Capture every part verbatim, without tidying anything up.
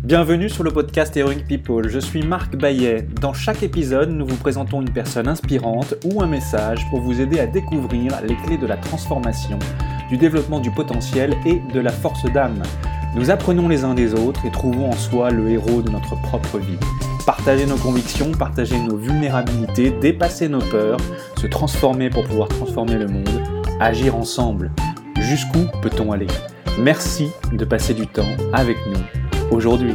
Bienvenue sur le podcast Heroic People, je suis Marc Baillet. Dans chaque épisode, nous vous présentons une personne inspirante ou un message pour vous aider à découvrir les clés de la transformation, du développement du potentiel et de la force d'âme. Nous apprenons les uns des autres et trouvons en soi le héros de notre propre vie. Partager nos convictions, partager nos vulnérabilités, dépasser nos peurs, se transformer pour pouvoir transformer le monde, agir ensemble. Jusqu'où peut-on aller ? Merci de passer du temps avec nous aujourd'hui.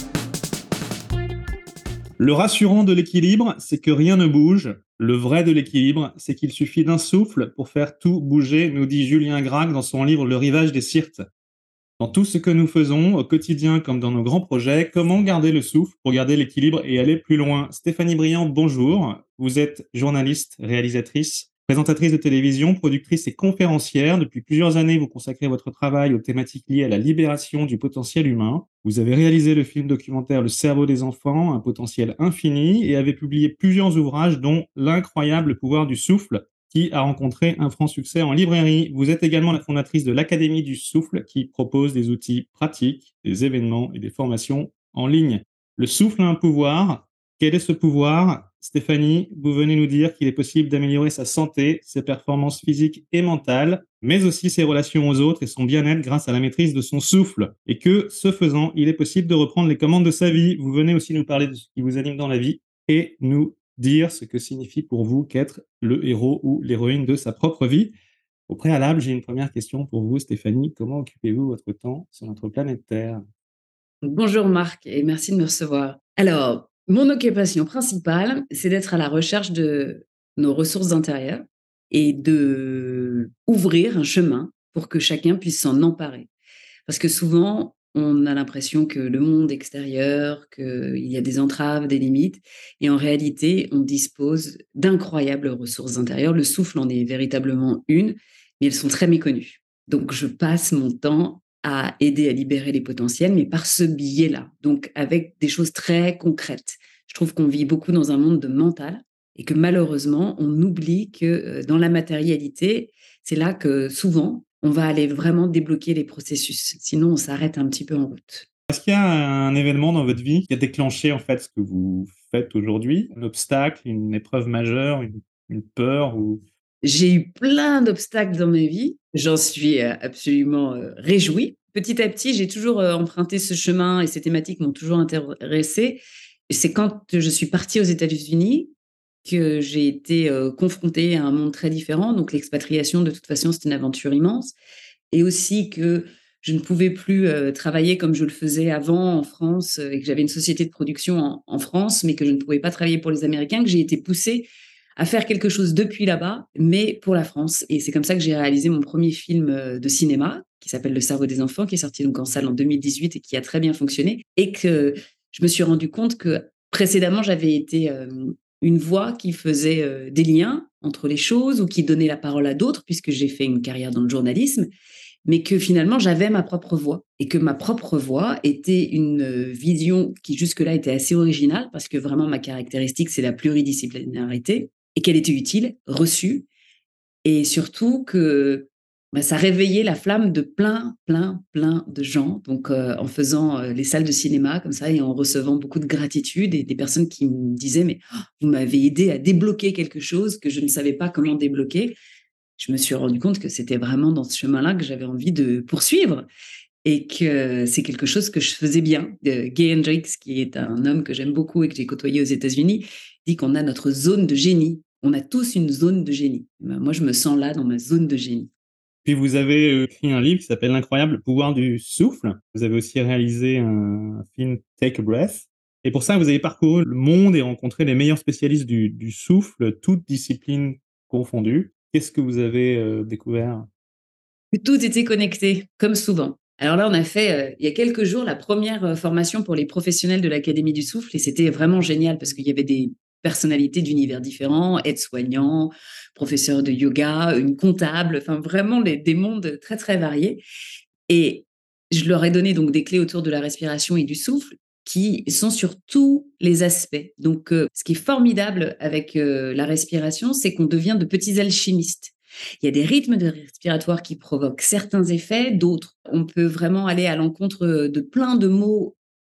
Le rassurant de l'équilibre, c'est que rien ne bouge. Le vrai de l'équilibre, c'est qu'il suffit d'un souffle pour faire tout bouger, nous dit Julien Gracq dans son livre Le rivage des Syrtes. Dans tout ce que nous faisons, au quotidien comme dans nos grands projets, comment garder le souffle pour garder l'équilibre et aller plus loin ? Stéphanie Briand, bonjour. Vous êtes journaliste, réalisatrice, présentatrice de télévision, productrice et conférencière. Depuis plusieurs années, vous consacrez votre travail aux thématiques liées à la libération du potentiel humain. Vous avez réalisé le film documentaire Le cerveau des enfants, un potentiel infini, et avez publié plusieurs ouvrages dont L'incroyable pouvoir du souffle, qui a rencontré un franc succès en librairie. Vous êtes également la fondatrice de l'Académie du Souffle, qui propose des outils pratiques, des événements et des formations en ligne. Le souffle a un pouvoir. Quel est ce pouvoir ? Stéphanie, vous venez nous dire qu'il est possible d'améliorer sa santé, ses performances physiques et mentales, mais aussi ses relations aux autres et son bien-être grâce à la maîtrise de son souffle. Et que, ce faisant, il est possible de reprendre les commandes de sa vie. Vous venez aussi nous parler de ce qui vous anime dans la vie et nous dire ce que signifie pour vous qu'être le héros ou l'héroïne de sa propre vie. Au préalable, j'ai une première question pour vous, Stéphanie. Comment occupez-vous votre temps sur notre planète Terre ? Bonjour Marc et merci de me recevoir. Alors, mon occupation principale, c'est d'être à la recherche de nos ressources intérieures et de ouvrir un chemin pour que chacun puisse s'en emparer. Parce que souvent, on a l'impression que le monde extérieur, qu'il y a des entraves, des limites, et en réalité, on dispose d'incroyables ressources intérieures. Le souffle en est véritablement une, mais elles sont très méconnues. Donc, je passe mon temps à aider à libérer les potentiels, mais par ce biais-là, donc avec des choses très concrètes. Je trouve qu'on vit beaucoup dans un monde de mental et que malheureusement, on oublie que euh, dans la matérialité, c'est là que souvent, on va aller vraiment débloquer les processus. Sinon, on s'arrête un petit peu en route. Est-ce qu'il y a un événement dans votre vie qui a déclenché en fait ce que vous faites aujourd'hui ? Un obstacle, une épreuve majeure, une, une peur ou... J'ai eu plein d'obstacles dans ma vie. J'en suis euh, absolument euh, réjouie. Petit à petit, j'ai toujours euh, emprunté ce chemin et ces thématiques m'ont toujours intéressée. Et c'est quand je suis partie aux États-Unis que j'ai été euh, confrontée à un monde très différent. Donc l'expatriation, de toute façon, c'est une aventure immense. Et aussi que je ne pouvais plus euh, travailler comme je le faisais avant en France euh, et que j'avais une société de production en, en France, mais que je ne pouvais pas travailler pour les Américains, que j'ai été poussée à faire quelque chose depuis là-bas, mais pour la France. Et c'est comme ça que j'ai réalisé mon premier film de cinéma, qui s'appelle Le cerveau des enfants, qui est sorti donc en salle en deux mille dix-huit et qui a très bien fonctionné. Et que je me suis rendu compte que précédemment, j'avais été euh, une voix qui faisait euh, des liens entre les choses ou qui donnait la parole à d'autres, puisque j'ai fait une carrière dans le journalisme, mais que finalement, j'avais ma propre voix et que ma propre voix était une vision qui jusque-là était assez originale, parce que vraiment, ma caractéristique, c'est la pluridisciplinarité, et qu'elle était utile, reçue, et surtout que bah, ça réveillait la flamme de plein, plein, plein de gens. Donc, euh, en faisant euh, les salles de cinéma comme ça et en recevant beaucoup de gratitude et des personnes qui me disaient « mais oh, vous m'avez aidé à débloquer quelque chose que je ne savais pas comment débloquer », je me suis rendu compte que c'était vraiment dans ce chemin-là que j'avais envie de poursuivre et que c'est quelque chose que je faisais bien. Gay Hendricks, qui est un homme que j'aime beaucoup et que j'ai côtoyé aux États-Unis, dit qu'on a notre zone de génie. On a tous une zone de génie. Ben, moi, je me sens là dans ma zone de génie. Puis vous avez écrit un livre qui s'appelle L'incroyable pouvoir du souffle. Vous avez aussi réalisé un film Take a Breath. Et pour ça, vous avez parcouru le monde et rencontré les meilleurs spécialistes du, du souffle, toutes disciplines confondues. Qu'est-ce que vous avez euh, découvert ? Que tout était connecté, comme souvent. Alors là, on a fait, euh, il y a quelques jours, la première euh, formation pour les professionnels de l'Académie du Souffle, et c'était vraiment génial parce qu'il y avait des personnalités d'univers différents, aides-soignants, professeurs de yoga, une comptable, enfin vraiment les, des mondes très, très variés. Et je leur ai donné donc des clés autour de la respiration et du souffle qui sont sur tous les aspects. Donc, euh, ce qui est formidable avec euh, la respiration, c'est qu'on devient de petits alchimistes. Il y a des rythmes de respiratoire qui provoquent certains effets, d'autres. On peut vraiment aller à l'encontre de plein de maux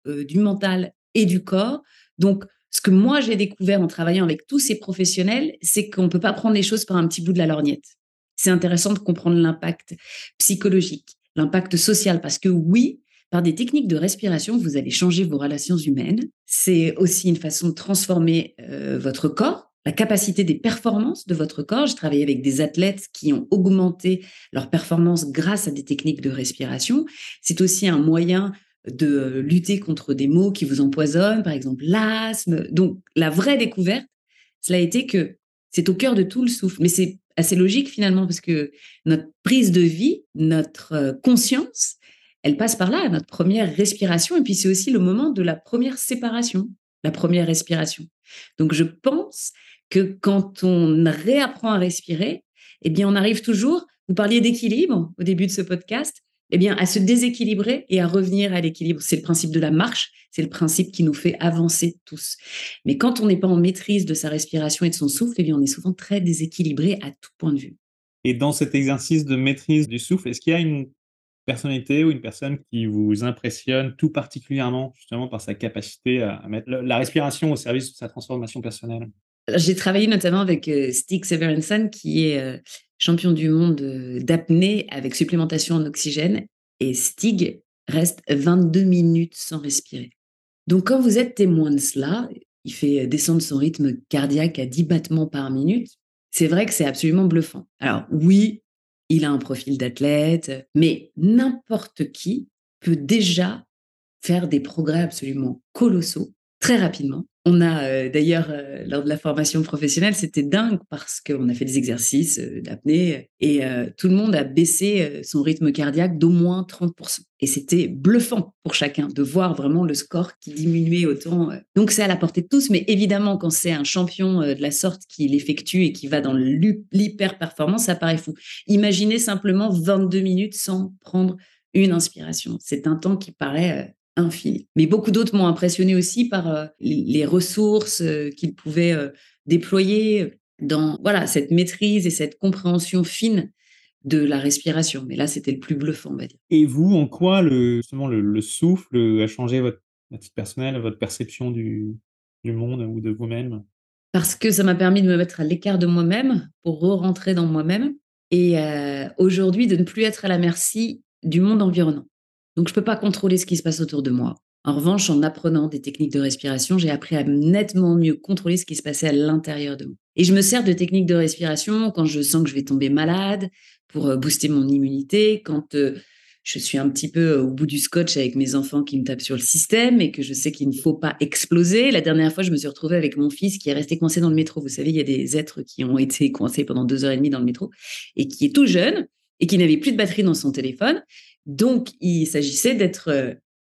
euh, du mental et du corps. Donc, ce que moi, j'ai découvert en travaillant avec tous ces professionnels, c'est qu'on ne peut pas prendre les choses par un petit bout de la lorgnette. C'est intéressant de comprendre l'impact psychologique, l'impact social, parce que oui, par des techniques de respiration, vous allez changer vos relations humaines. C'est aussi une façon de transformer euh, votre corps, la capacité des performances de votre corps. J'ai travaillé avec des athlètes qui ont augmenté leur performance grâce à des techniques de respiration. C'est aussi un moyen de lutter contre des maux qui vous empoisonnent, par exemple l'asthme. Donc, la vraie découverte, cela a été que c'est au cœur de tout le souffle. Mais c'est assez logique finalement, parce que notre prise de vie, notre conscience, elle passe par là, notre première respiration. Et puis, c'est aussi le moment de la première séparation, la première respiration. Donc, je pense que quand on réapprend à respirer, eh bien, on arrive toujours, vous parliez d'équilibre au début de ce podcast, eh bien, à se déséquilibrer et à revenir à l'équilibre. C'est le principe de la marche, c'est le principe qui nous fait avancer tous. Mais quand on n'est pas en maîtrise de sa respiration et de son souffle, eh bien, on est souvent très déséquilibré à tout point de vue. Et dans cet exercice de maîtrise du souffle, est-ce qu'il y a une personnalité ou une personne qui vous impressionne tout particulièrement, justement, par sa capacité à mettre la respiration au service de sa transformation personnelle? J'ai travaillé notamment avec euh, Stig Severinsen, qui est euh, champion du monde euh, d'apnée avec supplémentation en oxygène. Et Stig reste vingt-deux minutes sans respirer. Donc, quand vous êtes témoin de cela, il fait descendre son rythme cardiaque à dix battements par minute. C'est vrai que c'est absolument bluffant. Alors, oui, il a un profil d'athlète, mais n'importe qui peut déjà faire des progrès absolument colossaux très rapidement. On a euh, d'ailleurs, euh, lors de la formation professionnelle, c'était dingue parce qu'on a fait des exercices euh, d'apnée et euh, tout le monde a baissé euh, son rythme cardiaque d'au moins trente pour cent. Et c'était bluffant pour chacun de voir vraiment le score qui diminuait autant. Donc c'est à la portée de tous, mais évidemment, quand c'est un champion euh, de la sorte qui l'effectue et qui va dans l'hyper-performance, ça paraît fou. Imaginez simplement vingt-deux minutes sans prendre une inspiration. C'est un temps qui paraît... Euh, infini. Mais beaucoup d'autres m'ont impressionné aussi par euh, les ressources euh, qu'ils pouvaient euh, déployer dans voilà, cette maîtrise et cette compréhension fine de la respiration. Mais là, c'était le plus bluffant, on va dire. Et vous, en quoi le, justement, le, le souffle a changé votre, votre titre personnel, votre perception du, du monde ou de vous-même? Parce que ça m'a permis de me mettre à l'écart de moi-même pour re-rentrer dans moi-même et euh, aujourd'hui de ne plus être à la merci du monde environnant. Donc, je ne peux pas contrôler ce qui se passe autour de moi. En revanche, en apprenant des techniques de respiration, j'ai appris à nettement mieux contrôler ce qui se passait à l'intérieur de moi. Et je me sers de techniques de respiration quand je sens que je vais tomber malade, pour booster mon immunité, quand euh, je suis un petit peu au bout du scotch avec mes enfants qui me tapent sur le système et que je sais qu'il ne faut pas exploser. La dernière fois, je me suis retrouvée avec mon fils qui est resté coincé dans le métro. Vous savez, il y a des êtres qui ont été coincés pendant deux heures et demie dans le métro et qui est tout jeune et qui n'avait plus de batterie dans son téléphone. Donc, il s'agissait d'être... Euh,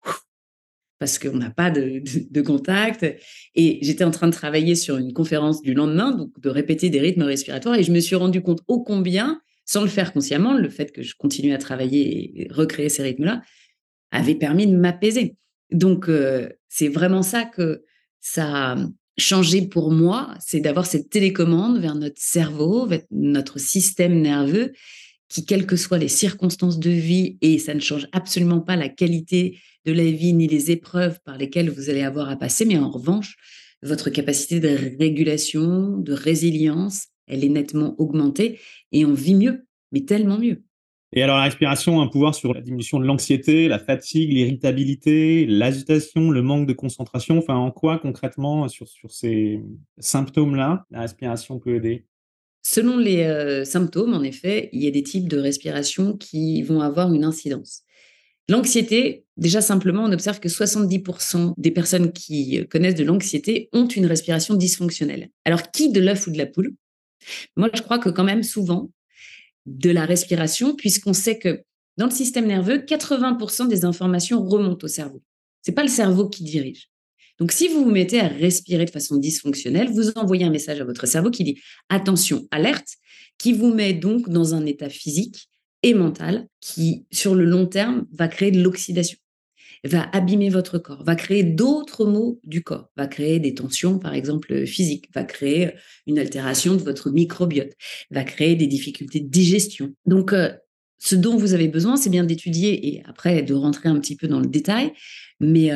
parce qu'on n'a pas de, de, de contact. Et j'étais en train de travailler sur une conférence du lendemain, donc de répéter des rythmes respiratoires. Et je me suis rendu compte ô combien, sans le faire consciemment, le fait que je continue à travailler et recréer ces rythmes-là avait permis de m'apaiser. Donc, euh, c'est vraiment ça que ça a changé pour moi, c'est d'avoir cette télécommande vers notre cerveau, vers notre système nerveux, qui, quelles que soient les circonstances de vie, et ça ne change absolument pas la qualité de la vie ni les épreuves par lesquelles vous allez avoir à passer, mais en revanche, votre capacité de régulation, de résilience, elle est nettement augmentée et on vit mieux, mais tellement mieux. Et alors, la respiration a un pouvoir sur la diminution de l'anxiété, la fatigue, l'irritabilité, l'agitation, le manque de concentration. Enfin, en quoi concrètement, sur, sur ces symptômes-là, la respiration peut aider? Selon les euh, symptômes, en effet, il y a des types de respiration qui vont avoir une incidence. L'anxiété, déjà simplement, on observe que soixante-dix pour cent des personnes qui connaissent de l'anxiété ont une respiration dysfonctionnelle. Alors, qui de l'œuf ou de la poule? Moi, je crois que quand même souvent de la respiration, puisqu'on sait que dans le système nerveux, quatre-vingts pour cent des informations remontent au cerveau. Ce n'est pas le cerveau qui dirige. Donc, si vous vous mettez à respirer de façon dysfonctionnelle, vous envoyez un message à votre cerveau qui dit « attention, alerte », qui vous met donc dans un état physique et mental qui, sur le long terme, va créer de l'oxydation, va abîmer votre corps, va créer d'autres maux du corps, va créer des tensions, par exemple, physiques, va créer une altération de votre microbiote, va créer des difficultés de digestion. Donc, euh, ce dont vous avez besoin, c'est bien d'étudier et après de rentrer un petit peu dans le détail, mais euh,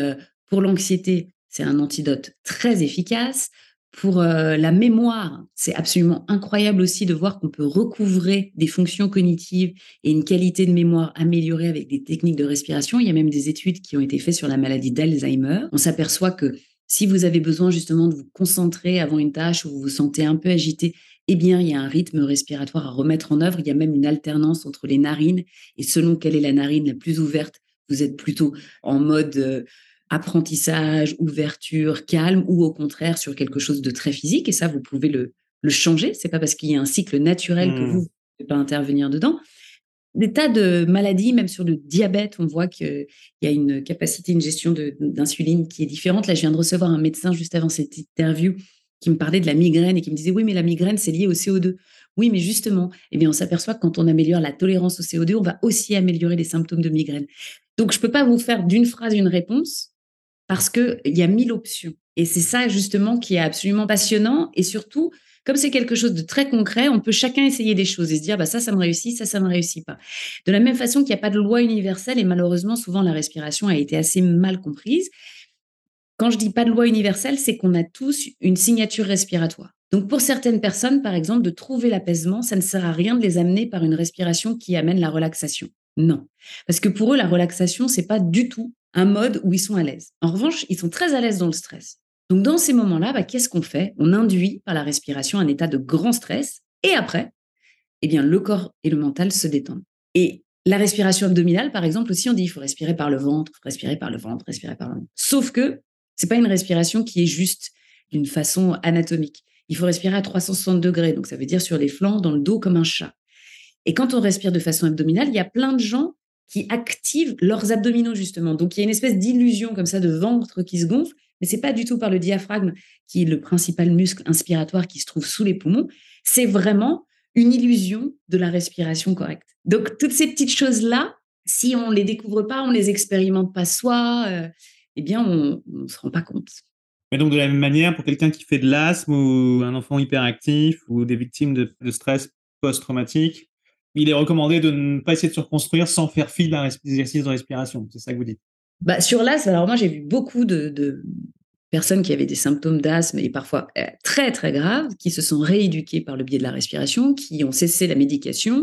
Pour l'anxiété, c'est un antidote très efficace. Pour euh, la mémoire, c'est absolument incroyable aussi de voir qu'on peut recouvrer des fonctions cognitives et une qualité de mémoire améliorée avec des techniques de respiration. Il y a même des études qui ont été faites sur la maladie d'Alzheimer. On s'aperçoit que si vous avez besoin justement de vous concentrer avant une tâche où vous vous sentez un peu agité, eh bien, il y a un rythme respiratoire à remettre en œuvre. Il y a même une alternance entre les narines et selon quelle est la narine la plus ouverte, vous êtes plutôt en mode euh, apprentissage, ouverture, calme, ou au contraire sur quelque chose de très physique. Et ça, vous pouvez le, le changer. C'est pas parce qu'il y a un cycle naturel que Mmh. vous ne pouvez pas intervenir dedans. Des tas de maladies, même sur le diabète, on voit qu'il y a une capacité, une gestion de, d'insuline qui est différente. Là, je viens de recevoir un médecin juste avant cette interview qui me parlait de la migraine et qui me disait « Oui, mais la migraine, c'est lié au C O deux. » Oui, mais justement, eh bien, on s'aperçoit que quand on améliore la tolérance au C O deux, on va aussi améliorer les symptômes de migraine. Donc, je ne peux pas vous faire d'une phrase une réponse parce qu'il y a mille options. Et c'est ça, justement, qui est absolument passionnant. Et surtout, comme c'est quelque chose de très concret, on peut chacun essayer des choses et se dire bah, « ça, ça me réussit, ça, ça ne me réussit pas ». De la même façon qu'il n'y a pas de loi universelle, et malheureusement, souvent, la respiration a été assez mal comprise. Quand je dis pas de loi universelle, c'est qu'on a tous une signature respiratoire. Donc, pour certaines personnes, par exemple, de trouver l'apaisement, ça ne sert à rien de les amener par une respiration qui amène la relaxation. Non. Parce que pour eux, la relaxation, c'est pas du tout un mode où ils sont à l'aise. En revanche, ils sont très à l'aise dans le stress. Donc, dans ces moments-là, bah, qu'est-ce qu'on fait? On induit par la respiration un état de grand stress. Et après, eh bien, le corps et le mental se détendent. Et la respiration abdominale, par exemple, aussi, on dit il faut respirer par le ventre, respirer par le ventre, respirer par le ventre. Sauf que c'est pas une respiration qui est juste d'une façon anatomique. Il faut respirer à trois cent soixante degrés, donc ça veut dire sur les flancs, dans le dos, comme un chat. Et quand on respire de façon abdominale, il y a plein de gens qui activent leurs abdominaux, justement. Donc, il y a une espèce d'illusion comme ça de ventre qui se gonfle, mais c'est pas du tout par le diaphragme, qui est le principal muscle inspiratoire qui se trouve sous les poumons. C'est vraiment une illusion de la respiration correcte. Donc, toutes ces petites choses-là, si on ne les découvre pas, on ne les expérimente pas soi, euh, eh bien, on ne se rend pas compte. Mais donc, de la même manière, pour quelqu'un qui fait de l'asthme ou un enfant hyperactif ou des victimes de, de stress post-traumatique, il est recommandé de ne pas essayer de se reconstruire sans faire fi d'un exercice de respiration. C'est ça que vous dites? Bah, sur l'asthme, alors moi, j'ai vu beaucoup de, de personnes qui avaient des symptômes d'asthme et parfois euh, très, très graves, qui se sont rééduquées par le biais de la respiration, qui ont cessé la médication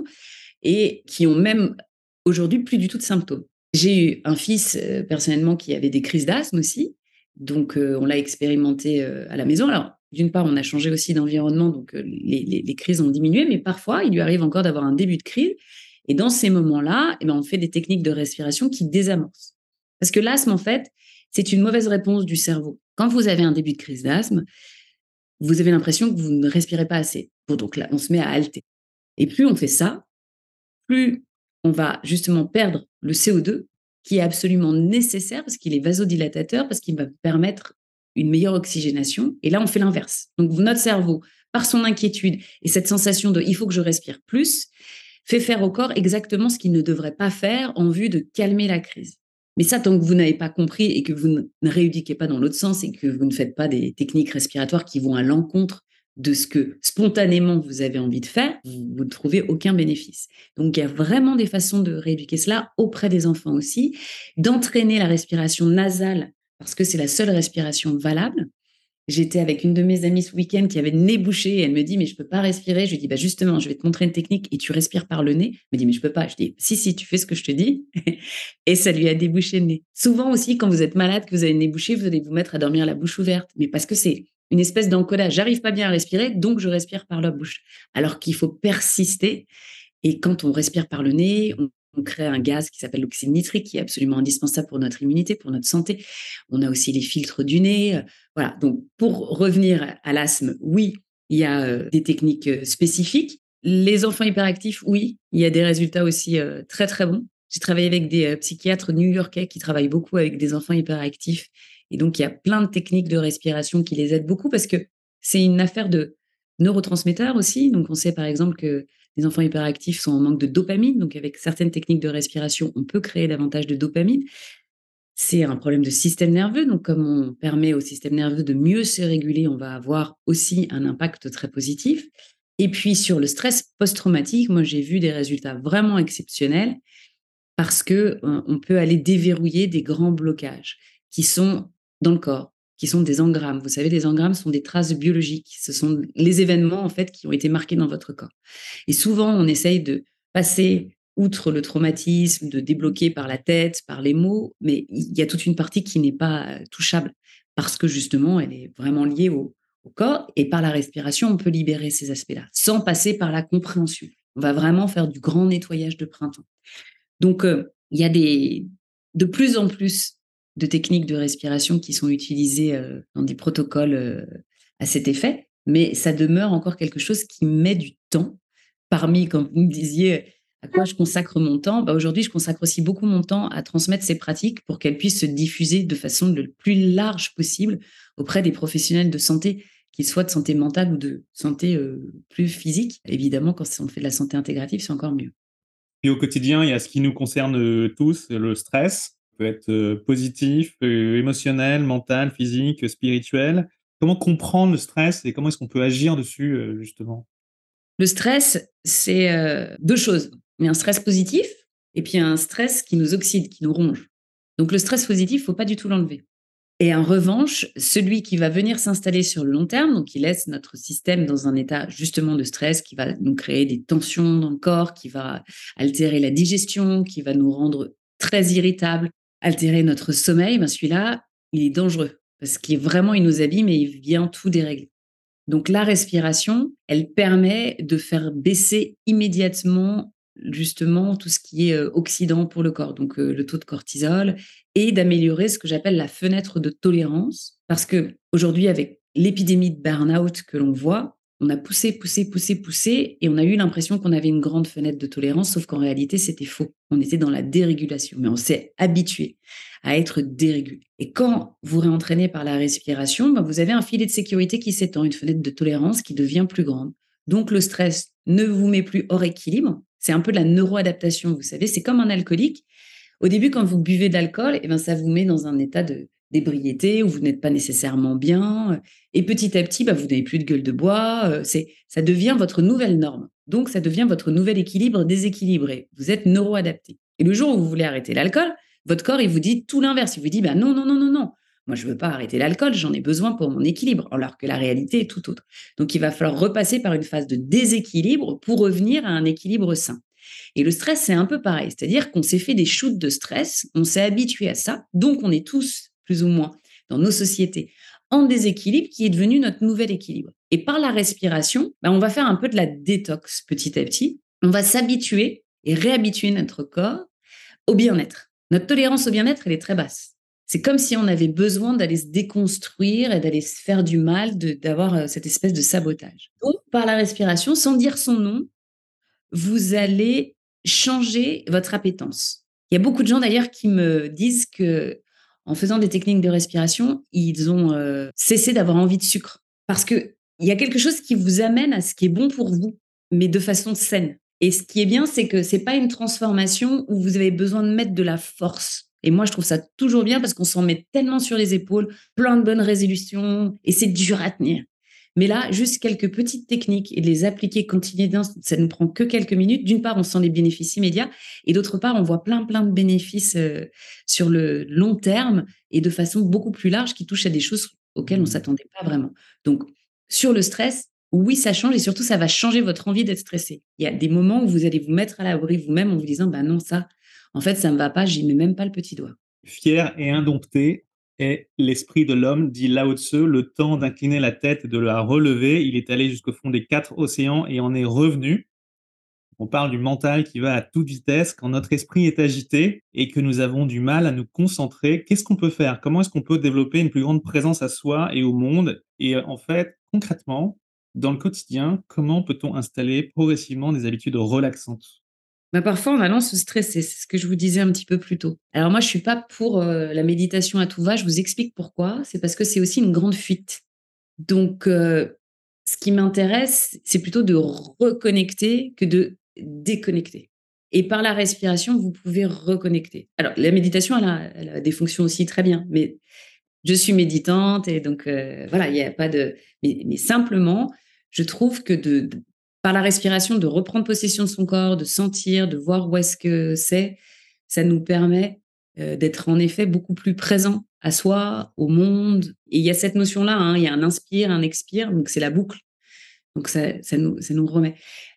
et qui ont même aujourd'hui plus du tout de symptômes. J'ai eu un fils, euh, personnellement, qui avait des crises d'asthme aussi. Donc, euh, on l'a expérimenté euh, à la maison. Alors, d'une part, on a changé aussi d'environnement, donc euh, les, les, les crises ont diminué, mais parfois, il lui arrive encore d'avoir un début de crise. Et dans ces moments-là, eh ben, on fait des techniques de respiration qui désamorcent. Parce que l'asthme, en fait, c'est une mauvaise réponse du cerveau. Quand vous avez un début de crise d'asthme, vous avez l'impression que vous ne respirez pas assez. Bon, donc là, on se met à halter. Et plus on fait ça, plus on va justement perdre le C O deux, qui est absolument nécessaire parce qu'il est vasodilatateur, parce qu'il va permettre une meilleure oxygénation. Et là, on fait l'inverse. Donc, notre cerveau, par son inquiétude et cette sensation de « il faut que je respire plus », fait faire au corps exactement ce qu'il ne devrait pas faire en vue de calmer la crise. Mais ça, tant que vous n'avez pas compris et que vous ne rééduquez pas dans l'autre sens et que vous ne faites pas des techniques respiratoires qui vont à l'encontre de ce que spontanément vous avez envie de faire, vous ne trouvez aucun bénéfice. Donc, il y a vraiment des façons de rééduquer cela auprès des enfants aussi, d'entraîner la respiration nasale parce que c'est la seule respiration valable. J'étais avec une de mes amies ce week-end qui avait le nez bouché et elle me dit « mais je ne peux pas respirer ». Je lui dis bah « justement, je vais te montrer une technique et tu respires par le nez ». Elle me dit « mais je ne peux pas ». Je dis « si, si, tu fais ce que je te dis ». Et ça lui a débouché le nez. Souvent aussi, quand vous êtes malade, que vous avez le nez bouché, vous allez vous mettre à dormir la bouche ouverte. Mais parce que c'est une espèce d'encodage. J'arrive pas bien à respirer, donc je respire par la bouche. Alors qu'il faut persister. Et quand on respire par le nez, on on crée un gaz qui s'appelle l'oxyde nitrique, qui est absolument indispensable pour notre immunité, pour notre santé. On a aussi les filtres du nez. Voilà. Donc, pour revenir à l'asthme, oui, il y a euh, des techniques euh, spécifiques. Les enfants hyperactifs, oui, il y a des résultats aussi euh, très, très bons. J'ai travaillé avec des euh, psychiatres new-yorkais qui travaillent beaucoup avec des enfants hyperactifs. Et donc, il y a plein de techniques de respiration qui les aident beaucoup parce que c'est une affaire de neurotransmetteurs aussi. Donc, on sait par exemple que les enfants hyperactifs sont en manque de dopamine. Donc, avec certaines techniques de respiration, on peut créer davantage de dopamine. C'est un problème de système nerveux. Donc, comme on permet au système nerveux de mieux se réguler, on va avoir aussi un impact très positif. Et puis, sur le stress post-traumatique, moi, j'ai vu des résultats vraiment exceptionnels parce qu'on peut aller déverrouiller des grands blocages qui sont dans le corps, qui sont des engrammes. Vous savez, les engrammes sont des traces biologiques. Ce sont les événements, en fait, qui ont été marqués dans votre corps. Et souvent, on essaye de passer outre le traumatisme, de débloquer par la tête, par les mots, mais il y a toute une partie qui n'est pas touchable parce que justement, elle est vraiment liée au, au corps. Et par la respiration, on peut libérer ces aspects-là, sans passer par la compréhension. On va vraiment faire du grand nettoyage de printemps. Donc, euh, il y a des, de plus en plus de techniques de respiration qui sont utilisées euh, dans des protocoles euh, à cet effet, mais ça demeure encore quelque chose qui met du temps. Parmi, quand vous me disiez à quoi je consacre mon temps, bah aujourd'hui, je consacre aussi beaucoup mon temps à transmettre ces pratiques pour qu'elles puissent se diffuser de façon le plus large possible auprès des professionnels de santé, qu'ils soient de santé mentale ou de santé euh, plus physique. Évidemment, quand on fait de la santé intégrative, c'est encore mieux. Et au quotidien, il y a ce qui nous concerne euh, tous, le stress. Il peut être euh, positif, euh, émotionnel, mental, physique, spirituel. Comment comprendre le stress et comment est-ce qu'on peut agir dessus, euh, justement? Le stress, c'est euh, deux choses. Il y a un stress positif et puis il y a un stress qui nous oxyde, qui nous ronge. Donc le stress positif, il ne faut pas du tout l'enlever. Et en revanche, celui qui va venir s'installer sur le long terme, donc qui laisse notre système dans un état justement de stress, qui va nous créer des tensions dans le corps, qui va altérer la digestion, qui va nous rendre très irritables, altérer notre sommeil, ben celui-là, il est dangereux parce qu'il vraiment, il nous abîme et il vient tout dérégler. Donc la respiration, elle permet de faire baisser immédiatement justement tout ce qui est euh, oxydant pour le corps, donc euh, le taux de cortisol, et d'améliorer ce que j'appelle la fenêtre de tolérance. Parce que aujourd'hui, avec l'épidémie de burn-out que l'on voit, on a poussé, poussé, poussé, poussé, et on a eu l'impression qu'on avait une grande fenêtre de tolérance, sauf qu'en réalité, c'était faux. On était dans la dérégulation, mais on s'est habitué à être dérégulé. Et quand vous réentraînez par la respiration, ben vous avez un filet de sécurité qui s'étend, une fenêtre de tolérance qui devient plus grande. Donc le stress ne vous met plus hors équilibre. C'est un peu de la neuroadaptation, vous savez, c'est comme un alcoolique. Au début, quand vous buvez de l'alcool, eh ben, ça vous met dans un état de d'ébriété où vous n'êtes pas nécessairement bien. Et petit à petit, bah, vous n'avez plus de gueule de bois. C'est, ça devient votre nouvelle norme. Donc, ça devient votre nouvel équilibre déséquilibré. Vous êtes neuroadapté. Et le jour où vous voulez arrêter l'alcool, votre corps, il vous dit tout l'inverse. Il vous dit, bah, non, non, non, non, non. Moi, je ne veux pas arrêter l'alcool, j'en ai besoin pour mon équilibre, alors que la réalité est tout autre. Donc, il va falloir repasser par une phase de déséquilibre pour revenir à un équilibre sain. Et le stress, c'est un peu pareil. C'est-à-dire qu'on s'est fait des shoots de stress, on s'est habitué à ça, donc on est tous, plus ou moins, dans nos sociétés, en déséquilibre qui est devenu notre nouvel équilibre. Et par la respiration, ben, on va faire un peu de la détox petit à petit. On va s'habituer et réhabituer notre corps au bien-être. Notre tolérance au bien-être, elle est très basse. C'est comme si on avait besoin d'aller se déconstruire et d'aller se faire du mal, de, d'avoir cette espèce de sabotage. Donc, par la respiration, sans dire son nom, vous allez changer votre appétence. Il y a beaucoup de gens d'ailleurs qui me disent que en faisant des techniques de respiration, ils ont euh, cessé d'avoir envie de sucre. Parce qu'il y a quelque chose qui vous amène à ce qui est bon pour vous, mais de façon saine. Et ce qui est bien, c'est que ce n'est pas une transformation où vous avez besoin de mettre de la force. Et moi, je trouve ça toujours bien parce qu'on s'en met tellement sur les épaules, plein de bonnes résolutions, et c'est dur à tenir. Mais là, juste quelques petites techniques et de les appliquer quotidiennement, ça ne nous prend que quelques minutes. D'une part, on sent les bénéfices immédiats et d'autre part, on voit plein, plein de bénéfices euh, sur le long terme et de façon beaucoup plus large qui touchent à des choses auxquelles on ne s'attendait pas vraiment. Donc, sur le stress, oui, ça change et surtout, ça va changer votre envie d'être stressé. Il y a des moments où vous allez vous mettre à l'abri vous-même en vous disant, bah non, ça, en fait, ça ne me va pas, j'y mets même pas le petit doigt. Fier et indompté est l'esprit de l'homme, dit Lao Tzu. Le temps d'incliner la tête et de la relever, il est allé jusqu'au fond des quatre océans et en est revenu. On parle du mental qui va à toute vitesse quand notre esprit est agité et que nous avons du mal à nous concentrer. Qu'est-ce qu'on peut faire? Comment est-ce qu'on peut développer une plus grande présence à soi et au monde? Et en fait, concrètement, dans le quotidien, comment peut-on installer progressivement des habitudes relaxantes? Bah, parfois, on a tendance à se stresser, c'est ce que je vous disais un petit peu plus tôt. Alors moi, je suis pas pour euh, la méditation à tout va, je vous explique pourquoi. C'est parce que c'est aussi une grande fuite. Donc, euh, ce qui m'intéresse, c'est plutôt de reconnecter que de déconnecter. Et par la respiration, vous pouvez reconnecter. Alors, la méditation, elle a, elle a des fonctions aussi très bien, mais je suis méditante et donc euh, voilà, il n'y a pas de. Mais, mais simplement, je trouve que de, de- par la respiration, de reprendre possession de son corps, de sentir, de voir où est-ce que c'est, ça nous permet euh, d'être en effet beaucoup plus présent à soi, au monde. Et il y a cette notion-là, hein, il y a un inspire, un expire, donc c'est la boucle. Donc ça, ça, nous, ça nous remet.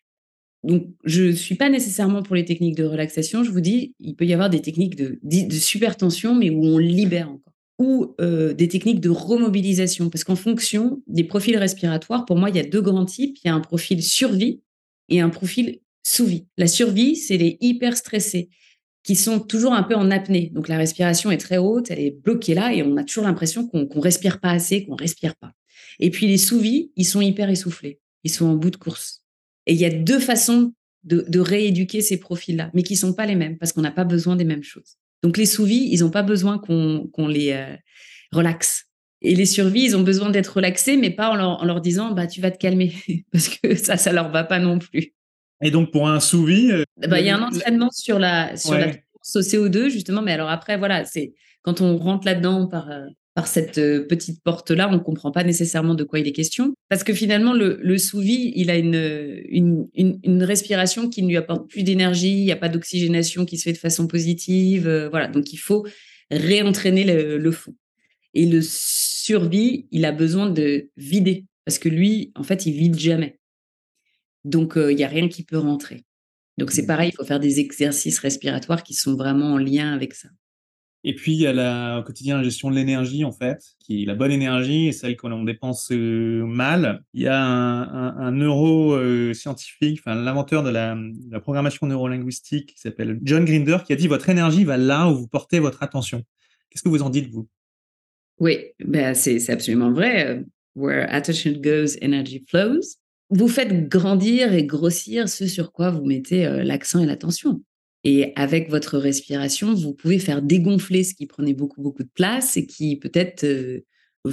Donc, je ne suis pas nécessairement pour les techniques de relaxation. Je vous dis, il peut y avoir des techniques de, de super tension, mais où on libère encore. Ou euh, des techniques de remobilisation. Parce qu'en fonction des profils respiratoires, pour moi, il y a deux grands types. Il y a un profil survie et un profil sous-vie. La survie, c'est les hyper stressés qui sont toujours un peu en apnée. Donc, la respiration est très haute, elle est bloquée là et on a toujours l'impression qu'on ne respire pas assez, qu'on ne respire pas. Et puis, les sous-vie, ils sont hyper essoufflés. Ils sont en bout de course. Et il y a deux façons de, de rééduquer ces profils-là, mais qui ne sont pas les mêmes, parce qu'on n'a pas besoin des mêmes choses. Donc, les sous-vies, ils n'ont pas besoin qu'on qu'on les euh, relaxe. Et les survies, ils ont besoin d'être relaxés, mais pas en leur, en leur disant bah, « tu vas te calmer », parce que ça, ça ne leur va pas non plus. Et donc, pour un sous-vie... Euh, bah, il y a un entraînement sur la, sur ouais. la tolérance au C O deux, justement, mais alors après, voilà, c'est quand on rentre là-dedans par... Euh, par cette petite porte-là, on ne comprend pas nécessairement de quoi il est question. Parce que finalement, le, le sous-vie, il a une, une, une, une respiration qui ne lui apporte plus d'énergie, il n'y a pas d'oxygénation qui se fait de façon positive. Euh, voilà, donc il faut réentraîner le, le fond. Et le survie, il a besoin de vider. Parce que lui, en fait, il vide jamais. Donc, il euh, n'y a rien qui peut rentrer. Donc, c'est pareil, il faut faire des exercices respiratoires qui sont vraiment en lien avec ça. Et puis, il y a la, au quotidien la gestion de l'énergie, en fait, qui est la bonne énergie et celle qu'on dépense euh, mal. Il y a un, un, un neuroscientifique, enfin, l'inventeur de la, de la programmation neurolinguistique qui s'appelle John Grinder, qui a dit « Votre énergie va là où vous portez votre attention ». Qu'est-ce que vous en dites, vous? Oui, ben c'est absolument vrai. Where attention goes, energy flows. Vous faites grandir et grossir ce sur quoi vous mettez euh, l'accent et l'attention. Et avec votre respiration, vous pouvez faire dégonfler ce qui prenait beaucoup, beaucoup de place et qui peut-être euh,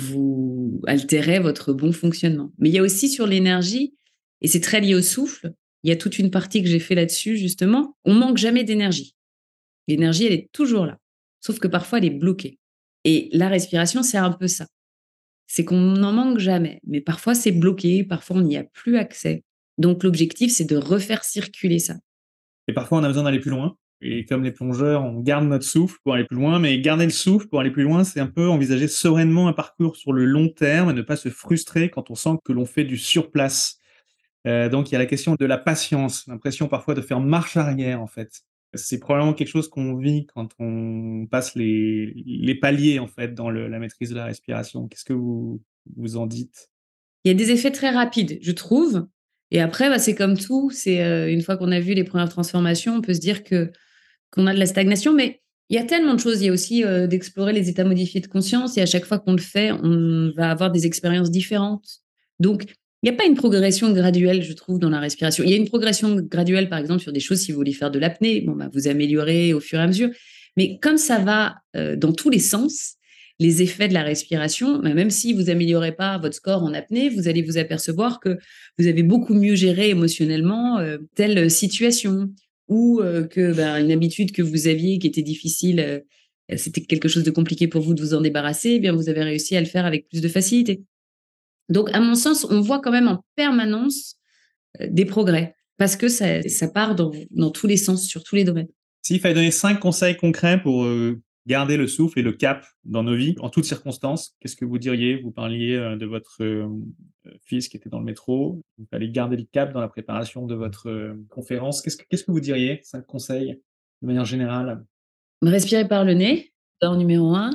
vous altérait votre bon fonctionnement. Mais il y a aussi sur l'énergie, et c'est très lié au souffle, il y a toute une partie que j'ai fait là-dessus, justement. On manque jamais d'énergie. L'énergie, elle est toujours là. Sauf que parfois, elle est bloquée. Et la respiration, c'est un peu ça. C'est qu'on n'en manque jamais. Mais parfois, c'est bloqué. Parfois, on n'y a plus accès. Donc, l'objectif, c'est de refaire circuler ça. Et parfois, on a besoin d'aller plus loin. Et comme les plongeurs, on garde notre souffle pour aller plus loin. Mais garder le souffle pour aller plus loin, c'est un peu envisager sereinement un parcours sur le long terme et ne pas se frustrer quand on sent que l'on fait du surplace. Euh, donc, il y a la question de la patience, l'impression parfois de faire marche arrière, en fait. C'est probablement quelque chose qu'on vit quand on passe les, les paliers, en fait, dans le, la maîtrise de la respiration. Qu'est-ce que vous, vous en dites? Il y a des effets très rapides, je trouve. Et après, bah, c'est comme tout. C'est euh, une fois qu'on a vu les premières transformations, on peut se dire que qu'on a de la stagnation, mais il y a tellement de choses. Il y a aussi euh, d'explorer les états modifiés de conscience, et à chaque fois qu'on le fait, on va avoir des expériences différentes. Donc, il n'y a pas une progression graduelle, je trouve, dans la respiration. Il y a une progression graduelle, par exemple, sur des choses, si vous voulez faire de l'apnée, bon, bah, vous améliorez au fur et à mesure. Mais comme ça va euh, dans tous les sens, les effets de la respiration, bah, même si vous n'améliorez pas votre score en apnée, vous allez vous apercevoir que vous avez beaucoup mieux géré émotionnellement euh, telle situation, ou euh, que ben, une habitude que vous aviez qui était difficile, euh, c'était quelque chose de compliqué pour vous de vous en débarrasser, eh bien vous avez réussi à le faire avec plus de facilité. Donc, à mon sens, on voit quand même en permanence euh, des progrès, parce que ça, ça part dans, dans tous les sens, sur tous les domaines. S'il fallait donner cinq conseils concrets pour euh, garder le souffle et le cap dans nos vies, en toutes circonstances, qu'est-ce que vous diriez? Vous parliez euh, de votre euh, fils qui était dans le métro. Il fallait garder le cap dans la préparation de votre euh, conférence. Qu'est-ce que, qu'est-ce que vous diriez? Cinq conseils de manière générale. Respirer par le nez, d'or numéro un.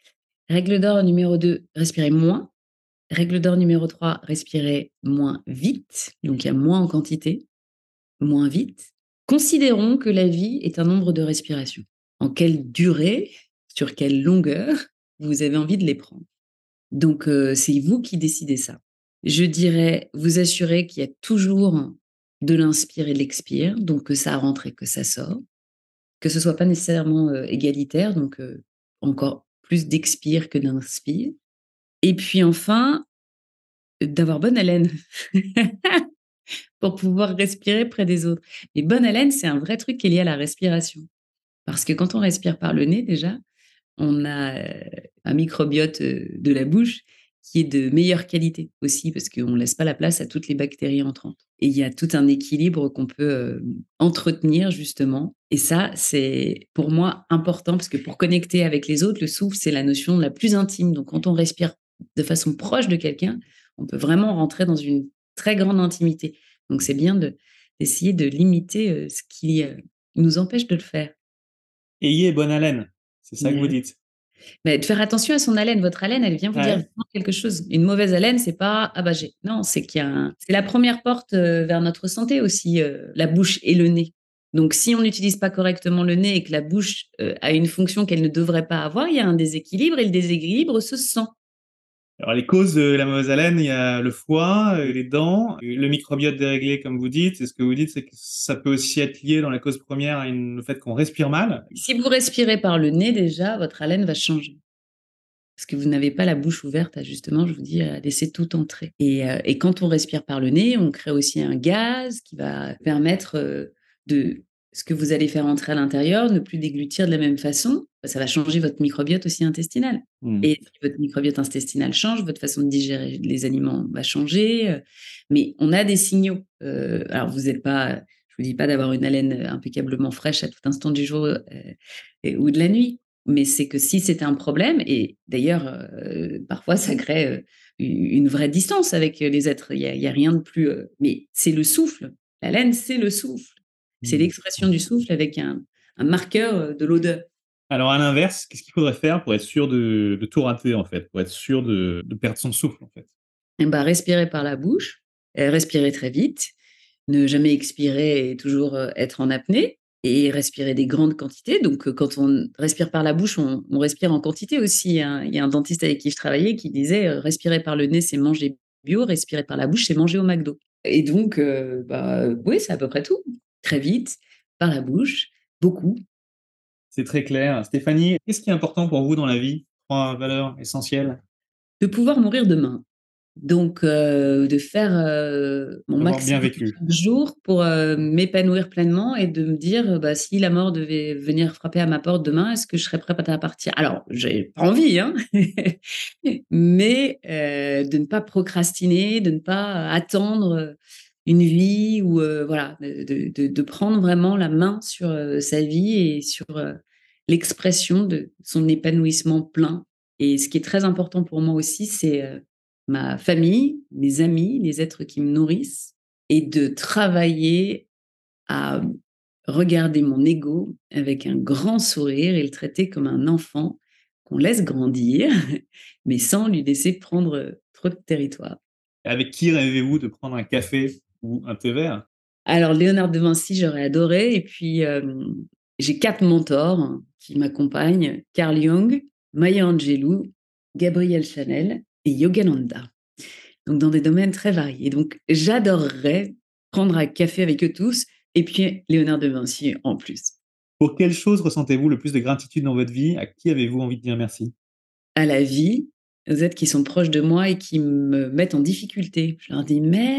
Règle d'or numéro deux, respirer moins. Règle d'or numéro trois, respirer moins vite. Donc, il y a moins en quantité, moins vite. Considérons que la vie est un nombre de respirations. En quelle durée, sur quelle longueur vous avez envie de les prendre. Donc, euh, c'est vous qui décidez ça. Je dirais, vous assurer qu'il y a toujours de l'inspire et de l'expire, donc que ça rentre et que ça sort, que ce soit pas nécessairement euh, égalitaire, donc euh, encore plus d'expire que d'inspire. Et puis enfin, d'avoir bonne haleine pour pouvoir respirer près des autres. Et bonne haleine, c'est un vrai truc qui est lié à la respiration. Parce que quand on respire par le nez, déjà, on a euh, un microbiote euh, de la bouche qui est de meilleure qualité aussi, parce qu'on ne laisse pas la place à toutes les bactéries entrantes. Et il y a tout un équilibre qu'on peut euh, entretenir justement. Et ça, c'est pour moi important, parce que pour connecter avec les autres, le souffle, c'est la notion la plus intime. Donc quand on respire de façon proche de quelqu'un, on peut vraiment rentrer dans une très grande intimité. Donc c'est bien de, d'essayer de limiter euh, ce qui euh, nous empêche de le faire. Ayez bonne haleine, c'est ça que vous Ouais. dites. Mais de faire attention à son haleine. Votre haleine, elle vient vous dire Ouais. vraiment quelque chose. Une mauvaise haleine, c'est pas ah bah j'ai. Non, c'est qu'il y a un... c'est la première porte euh, vers notre santé aussi, euh, la bouche et le nez. Donc si on n'utilise pas correctement le nez et que la bouche euh, a une fonction qu'elle ne devrait pas avoir, il y a un déséquilibre et le déséquilibre se sent. Alors les causes de la mauvaise haleine, il y a le foie, euh, les dents, euh, le microbiote déréglé comme vous dites. Et ce que vous dites, c'est que ça peut aussi être lié dans la cause première à une- le fait qu'on respire mal. Si vous respirez par le nez déjà, votre haleine va changer. Parce que vous n'avez pas la bouche ouverte à justement, je vous dis, à laisser tout entrer. Et, euh, et quand on respire par le nez, on crée aussi un gaz qui va permettre euh, de ce que vous allez faire entrer à l'intérieur, ne plus déglutir de la même façon. Ça va changer votre microbiote aussi intestinal. Hmm. Et si votre microbiote intestinal change, votre façon de digérer les aliments va changer. euh, Mais on a des signaux. Euh, alors, vous n'êtes pas, je vous dis pas d'avoir une haleine impeccablement fraîche à tout instant du jour euh, et- ou de la nuit. Mais c'est que si c'est un problème, et d'ailleurs, euh, parfois ça crée euh, une vraie distance avec les êtres. Il n'y a, il y a rien de plus. euh, mais c'est le souffle. La laine, c'est le souffle. C'est Hmm. l'expression du souffle avec un, un marqueur euh, de l'odeur. Alors à l'inverse, qu'est-ce qu'il faudrait faire pour être sûr de, de tout rater en fait, pour être sûr de, de perdre son souffle en fait? Et ben, respirer par la bouche, euh, respirer très vite, ne jamais expirer et toujours euh, être en apnée, et respirer des grandes quantités. Donc, euh, quand on respire par la bouche, on, on respire en quantité aussi, hein. Il y a un dentiste avec qui je travaillais qui disait euh, respirer par le nez, c'est manger bio, respirer par la bouche, c'est manger au McDo. Et donc, euh, bah, oui, c'est à peu près tout. Très vite, par la bouche, beaucoup. C'est très clair. Stéphanie, qu'est-ce qui est important pour vous dans la vie? Trois valeurs essentielles. De pouvoir mourir demain. Donc, heu, de faire, heu, mon D'avoir bien maximum vécu. chaque jour pour, heu, m'épanouir pleinement et de me dire, heu, bah, si la mort devait venir frapper à ma porte demain, est-ce que je serais prête à partir? Alors, j'ai pas envie, hein, mais, heu, de ne pas procrastiner, de ne pas attendre, heu, une vie ou, heu, voilà, de de de de prendre vraiment la main sur, heu, sa vie et sur, heu, l'expression de son épanouissement plein. Et ce qui est très important pour moi aussi, c'est, heu, ma famille, mes amis, les êtres qui me nourrissent, et de travailler à regarder mon ego avec un grand sourire et le traiter comme un enfant qu'on laisse grandir, mais sans lui laisser prendre trop de territoire. Avec qui rêvez-vous de prendre un café ou un thé vert? Alors Léonard de Vinci, j'aurais adoré, et puis hem, j'ai quatre mentors qui m'accompagnent: Carl Jung, Maya Angelou, Gabrielle Chanel et Yogananda. Donc dans des domaines très variés. Donc j'adorerais prendre un café avec eux tous, et puis Léonard de Vinci en plus. Pour quelle chose ressentez-vous le plus de gratitude dans votre vie? À qui avez-vous envie de dire merci? À la vie, aux êtres qui sont proches de moi et qui me mettent en difficulté. Je leur dis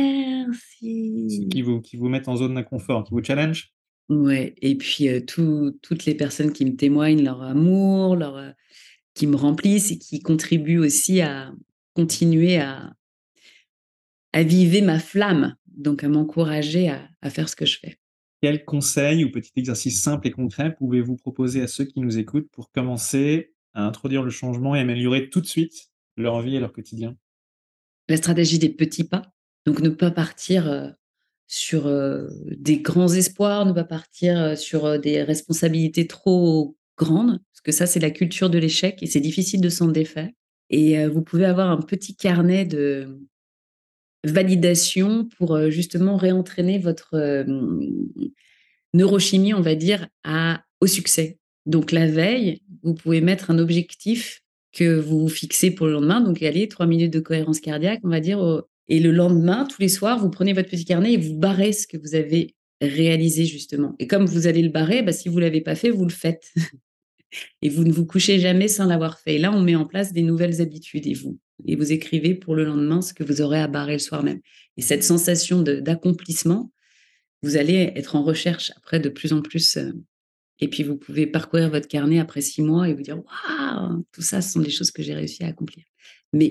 Ceux merci. qui vous, qui vous mettent en zone d'inconfort, qui vous challenge? Ouais, et puis heu, tout toutes les personnes qui me témoignent leur amour, leur, heu qui me remplissent et qui contribuent aussi à continuer à aviver ma flamme, donc à m'encourager à à faire ce que je fais. Quel conseil ou petit exercice simple et concret pouvez-vous proposer à ceux qui nous écoutent pour commencer à introduire le changement et améliorer tout de suite leur vie et leur quotidien? La stratégie des petits pas, donc ne pas partir, heu, sur, heu, des grands espoirs, ne pas partir, heu, sur, heu, des responsabilités trop grandes, parce que ça, c'est la culture de l'échec et c'est difficile de s'en défaire. Et heu, vous pouvez avoir un petit carnet de validation pour, heu, justement réentraîner votre, hem, neurochimie, on va dire, à au succès. Donc la veille, vous pouvez mettre un objectif que vous vous fixez pour le lendemain, donc allez, trois minutes de cohérence cardiaque, on va dire, au et le lendemain, tous les soirs, vous prenez votre petit carnet et vous barrez ce que vous avez réalisé justement. Et comme vous allez le barrer, bah, si vous l'avez pas fait, vous le faites. Et vous ne vous couchez jamais sans l'avoir fait. Et là, on met en place des nouvelles habitudes, et vous et vous écrivez pour le lendemain ce que vous aurez à barrer le soir même. Et cette sensation de d'accomplissement, vous allez être en recherche après de plus en plus, heu et puis vous pouvez parcourir votre carnet après six mois et vous dire: «Waouh! Tout ça, ce sont des choses que j'ai réussi à accomplir». Mais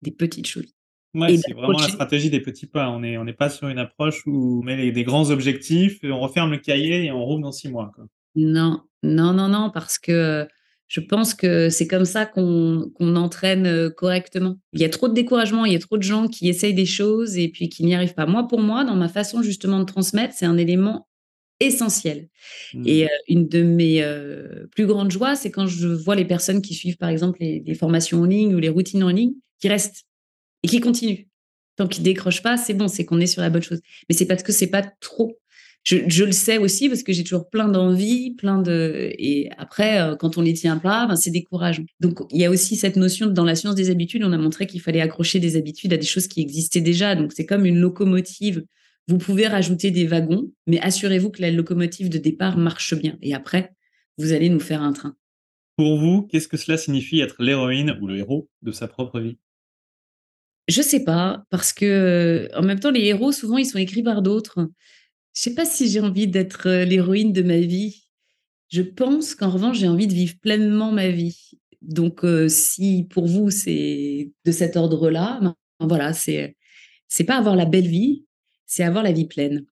des petites choses. Ouais, c'est vraiment la stratégie des petits pas. On n'est on n'est pas sur une approche où on met les, des grands objectifs, et on referme le cahier et on rouvre dans six mois, quoi. Non, non, non, non, parce que je pense que c'est comme ça qu'on qu'on entraîne correctement. Il y a trop de découragement, il y a trop de gens qui essayent des choses et puis qui n'y arrivent pas. Moi, pour moi, dans ma façon justement de transmettre, c'est un élément essentiel. Mmh. Et heu, une de mes, heu, plus grandes joies, c'est quand je vois les personnes qui suivent, par exemple, les les formations en ligne ou les routines en ligne, qui restent et qui continuent. Tant qu'ils décrochent pas, c'est bon, c'est qu'on est sur la bonne chose. Mais c'est parce que c'est pas trop. Je je le sais aussi parce que j'ai toujours plein d'envies, plein de et après, heu, quand on les tient pas, ben, c'est décourageant. Donc il y a aussi cette notion dans la science des habitudes, on a montré qu'il fallait accrocher des habitudes à des choses qui existaient déjà. Donc c'est comme une locomotive. Vous pouvez rajouter des wagons, mais assurez-vous que la locomotive de départ marche bien et après, vous allez nous faire un train. Pour vous, qu'est-ce que cela signifie être l'héroïne ou le héros de sa propre vie? Je sais pas, parce que, heu, en même temps, les héros, souvent, ils sont écrits par d'autres. Je sais pas si j'ai envie d'être, heu, l'héroïne de ma vie. Je pense qu'en revanche, j'ai envie de vivre pleinement ma vie. Donc, heu, si pour vous, c'est de cet ordre-là, ben, voilà, c'est c'est pas avoir la belle vie, c'est avoir la vie pleine.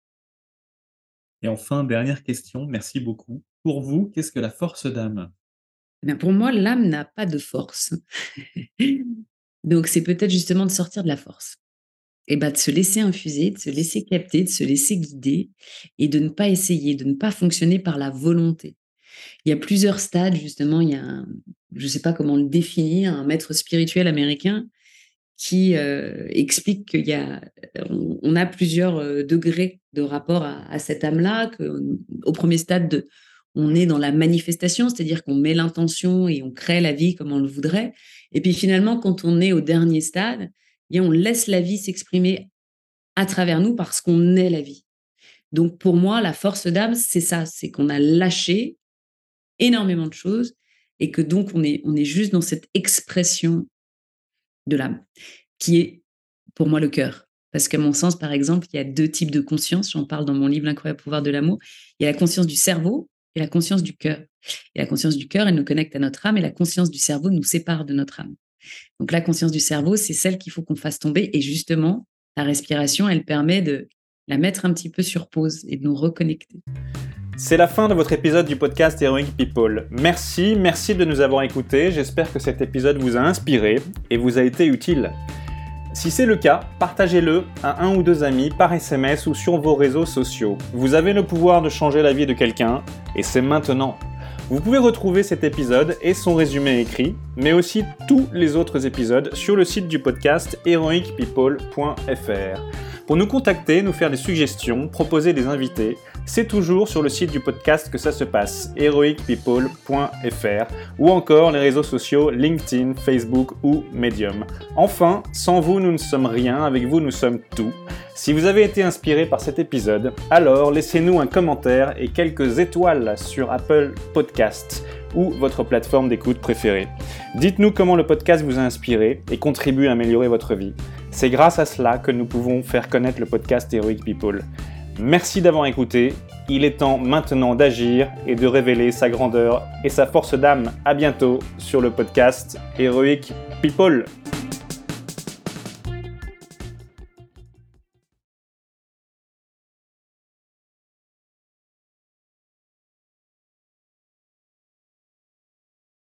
Et enfin, dernière question, merci beaucoup. Pour vous, qu'est-ce que la force d'âme? Eh bien, pour moi, l'âme n'a pas de force. Donc, c'est peut-être justement de sortir de la force et bah, de se laisser infuser, de se laisser capter, de se laisser guider et de ne pas essayer, de ne pas fonctionner par la volonté. Il y a plusieurs stades justement, il y a un je sais pas comment le définir, un maître spirituel américain qui, heu, explique qu'il y a on on a plusieurs, heu, degrés de rapport à à cette âme-là, qu'au premier stade de on est dans la manifestation, c'est-à-dire qu'on met l'intention et on crée la vie comme on le voudrait et puis finalement quand on est au dernier stade, eh bien on laisse la vie s'exprimer à travers nous parce qu'on est la vie. Donc pour moi, la force d'âme, c'est ça, c'est qu'on a lâché énormément de choses et que donc on est on est juste dans cette expression de l'âme, qui est pour moi le cœur. Parce qu'à mon sens, par exemple, il y a deux types de conscience, j'en parle dans mon livre «L'incroyable pouvoir de l'amour». Il y a la conscience du cerveau et la conscience du cœur. Et la conscience du cœur, elle nous connecte à notre âme et la conscience du cerveau nous sépare de notre âme. Donc la conscience du cerveau, c'est celle qu'il faut qu'on fasse tomber et justement, la respiration, elle permet de la mettre un petit peu sur pause et de nous reconnecter. C'est la fin de votre épisode du podcast Heroic People. Merci, merci de nous avoir écoutés. J'espère que cet épisode vous a inspiré et vous a été utile. Si c'est le cas, partagez-le à un ou deux amis par S M S ou sur vos réseaux sociaux. Vous avez le pouvoir de changer la vie de quelqu'un et c'est maintenant. Vous pouvez retrouver cet épisode et son résumé écrit, mais aussi tous les autres épisodes sur le site du podcast heroic people point f r. Pour nous contacter, nous faire des suggestions, proposer des invités, c'est toujours sur le site du podcast que ça se passe, heroic people point f r, ou encore les réseaux sociaux LinkedIn, Facebook ou Medium. Enfin, sans vous, nous ne sommes rien, avec vous, nous sommes tout. Si vous avez été inspiré par cet épisode, alors laissez-nous un commentaire et quelques étoiles sur Apple Podcasts ou votre plateforme d'écoute préférée. Dites-nous comment le podcast vous a inspiré et contribue à améliorer votre vie. C'est grâce à cela que nous pouvons faire connaître le podcast Heroic People. Merci d'avoir écouté, il est temps maintenant d'agir et de révéler sa grandeur et sa force d'âme. À bientôt sur le podcast Heroic People.